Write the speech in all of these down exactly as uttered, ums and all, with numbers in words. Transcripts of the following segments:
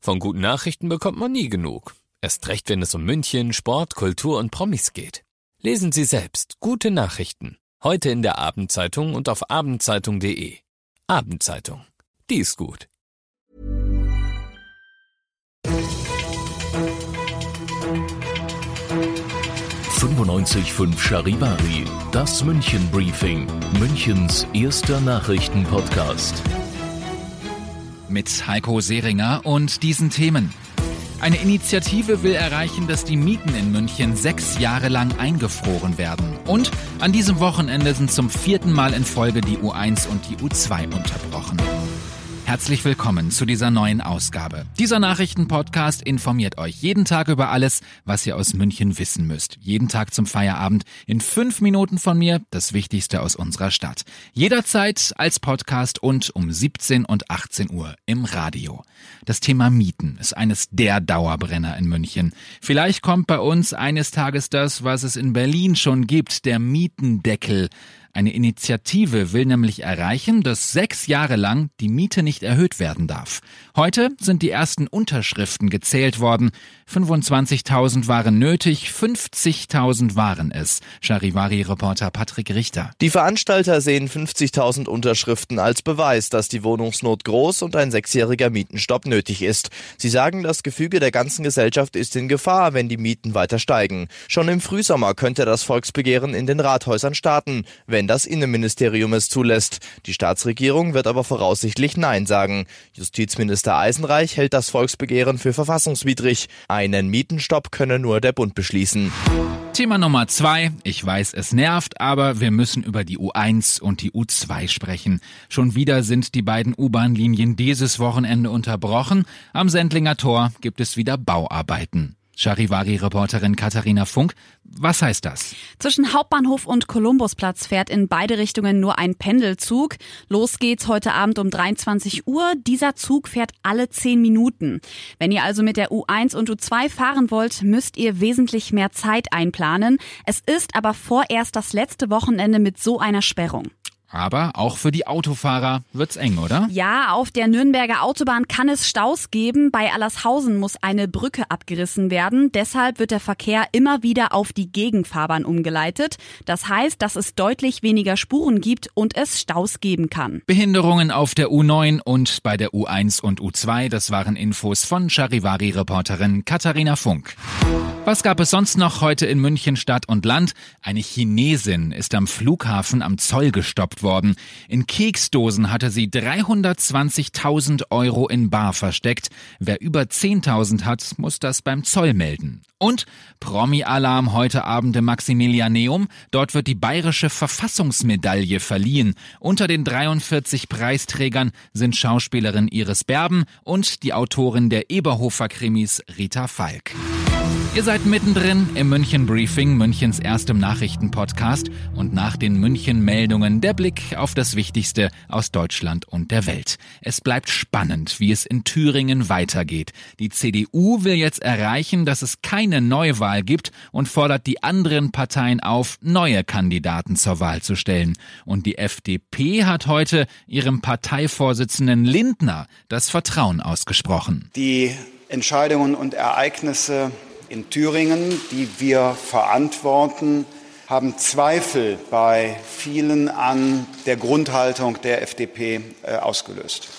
Von guten Nachrichten bekommt man nie genug. Erst recht, wenn es um München, Sport, Kultur und Promis geht. Lesen Sie selbst gute Nachrichten. Heute in der Abendzeitung und auf abendzeitung punkt de. Abendzeitung. Die ist gut. fünfundneunzig Komma fünf Charivari, das München Briefing, Münchens erster Nachrichtenpodcast. Mit Heiko Seringer und diesen Themen. Eine Initiative will erreichen, dass die Mieten in München sechs Jahre lang eingefroren werden. Und an diesem Wochenende sind zum vierten Mal in Folge die U eins und die U zwei unterbrochen. Herzlich willkommen zu dieser neuen Ausgabe. Dieser Nachrichtenpodcast informiert euch jeden Tag über alles, was ihr aus München wissen müsst. Jeden Tag zum Feierabend in fünf Minuten von mir, das Wichtigste aus unserer Stadt. Jederzeit als Podcast und um siebzehn und achtzehn Uhr im Radio. Das Thema Mieten ist eines der Dauerbrenner in München. Vielleicht kommt bei uns eines Tages das, was es in Berlin schon gibt, der Mietendeckel. Eine Initiative will nämlich erreichen, dass sechs Jahre lang die Miete nicht erhöht werden darf. Heute sind die ersten Unterschriften gezählt worden. fünfundzwanzigtausend waren nötig, fünfzigtausend waren es. Charivari-Reporter Patrick Richter. Die Veranstalter sehen fünfzigtausend Unterschriften als Beweis, dass die Wohnungsnot groß und ein sechsjähriger Mietenstopp nötig ist. Sie sagen, das Gefüge der ganzen Gesellschaft ist in Gefahr, wenn die Mieten weiter steigen. Schon im Frühsommer könnte das Volksbegehren in den Rathäusern starten, wenn das Innenministerium es zulässt. Die Staatsregierung wird aber voraussichtlich Nein sagen. Justizminister Eisenreich hält das Volksbegehren für verfassungswidrig. Einen Mietenstopp könne nur der Bund beschließen. Thema Nummer zwei. Ich weiß, es nervt, aber wir müssen über die U eins und die U zwei sprechen. Schon wieder sind die beiden U-Bahn-Linien dieses Wochenende unterbrochen. Am Sendlinger Tor gibt es wieder Bauarbeiten. Charivari-Reporterin Katharina Funk, was heißt das? Zwischen Hauptbahnhof und Kolumbusplatz fährt in beide Richtungen nur ein Pendelzug. Los geht's heute Abend um dreiundzwanzig Uhr. Dieser Zug fährt alle zehn Minuten. Wenn ihr also mit der U eins und U zwei fahren wollt, müsst ihr wesentlich mehr Zeit einplanen. Es ist aber vorerst das letzte Wochenende mit so einer Sperrung. Aber auch für die Autofahrer wird's eng, oder? Ja, auf der Nürnberger Autobahn kann es Staus geben. Bei Allershausen muss eine Brücke abgerissen werden. Deshalb wird der Verkehr immer wieder auf die Gegenfahrbahn umgeleitet. Das heißt, dass es deutlich weniger Spuren gibt und es Staus geben kann. Behinderungen auf der U neun und bei der U eins und U zwei, das waren Infos von Charivari-Reporterin Katharina Funk. Was gab es sonst noch heute in München Stadt und Land? Eine Chinesin ist am Flughafen am Zoll gestoppt worden. In Keksdosen hatte sie dreihundertzwanzigtausend Euro in bar versteckt. Wer über zehntausend hat, muss das beim Zoll melden. Und Promi-Alarm heute Abend im Maximilianeum. Dort wird die bayerische Verfassungsmedaille verliehen. Unter den dreiundvierzig Preisträgern sind Schauspielerin Iris Berben und die Autorin der Eberhofer-Krimis Rita Falk. Ihr seid mittendrin im München Briefing, Münchens erstem Nachrichtenpodcast, und nach den München-Meldungen der Blick auf das Wichtigste aus Deutschland und der Welt. Es bleibt spannend, wie es in Thüringen weitergeht. Die C D U will jetzt erreichen, dass es keine Neuwahl gibt und fordert die anderen Parteien auf, neue Kandidaten zur Wahl zu stellen. Und die F D P hat heute ihrem Parteivorsitzenden Lindner das Vertrauen ausgesprochen. Die Entscheidungen und Ereignisse in Thüringen, die wir verantworten, haben Zweifel bei vielen an der Grundhaltung der F D P äh, ausgelöst.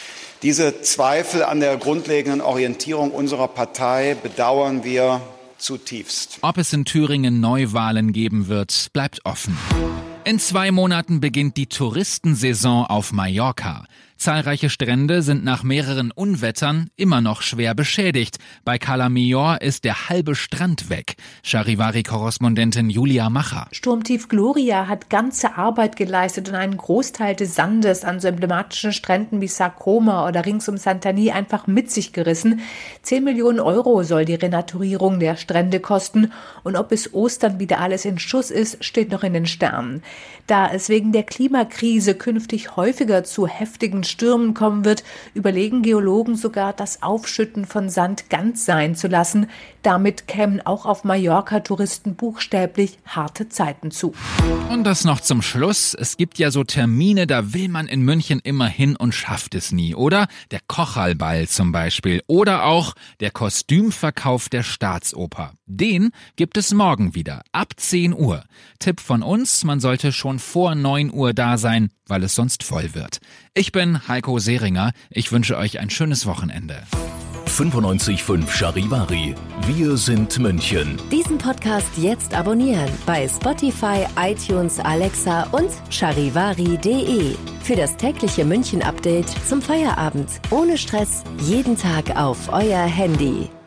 Diese Zweifel an der grundlegenden Orientierung unserer Partei bedauern wir zutiefst. Ob es in Thüringen Neuwahlen geben wird, bleibt offen. In zwei Monaten beginnt die Touristensaison auf Mallorca. Zahlreiche Strände sind nach mehreren Unwettern immer noch schwer beschädigt. Bei Cala Millor ist der halbe Strand weg. Charivari-Korrespondentin Julia Macher. Sturmtief Gloria hat ganze Arbeit geleistet und einen Großteil des Sandes an so emblematischen Stränden wie Sa Coma oder rings um Santani einfach mit sich gerissen. Zehn Millionen Euro soll die Renaturierung der Strände kosten. Und ob bis Ostern wieder alles in Schuss ist, steht noch in den Sternen. Da es wegen der Klimakrise künftig häufiger zu heftigen Stürmen kommen wird, überlegen Geologen sogar, das Aufschütten von Sand ganz sein zu lassen. Damit kämen auch auf Mallorca Touristen buchstäblich harte Zeiten zu. Und das noch zum Schluss. Es gibt ja so Termine, da will man in München immer hin und schafft es nie, oder? Der Kocherlball zum Beispiel oder auch der Kostümverkauf der Staatsoper. Den gibt es morgen wieder, ab zehn Uhr. Tipp von uns, man sollte schon vor neun Uhr da sein, weil es sonst voll wird. Ich bin Heiko Seringer. Ich wünsche euch ein schönes Wochenende. fünfundneunzig Komma fünf Charivari. Wir sind München. Diesen Podcast jetzt abonnieren bei Spotify, iTunes, Alexa und charivari punkt de. Für das tägliche München-Update zum Feierabend. Ohne Stress, jeden Tag auf euer Handy.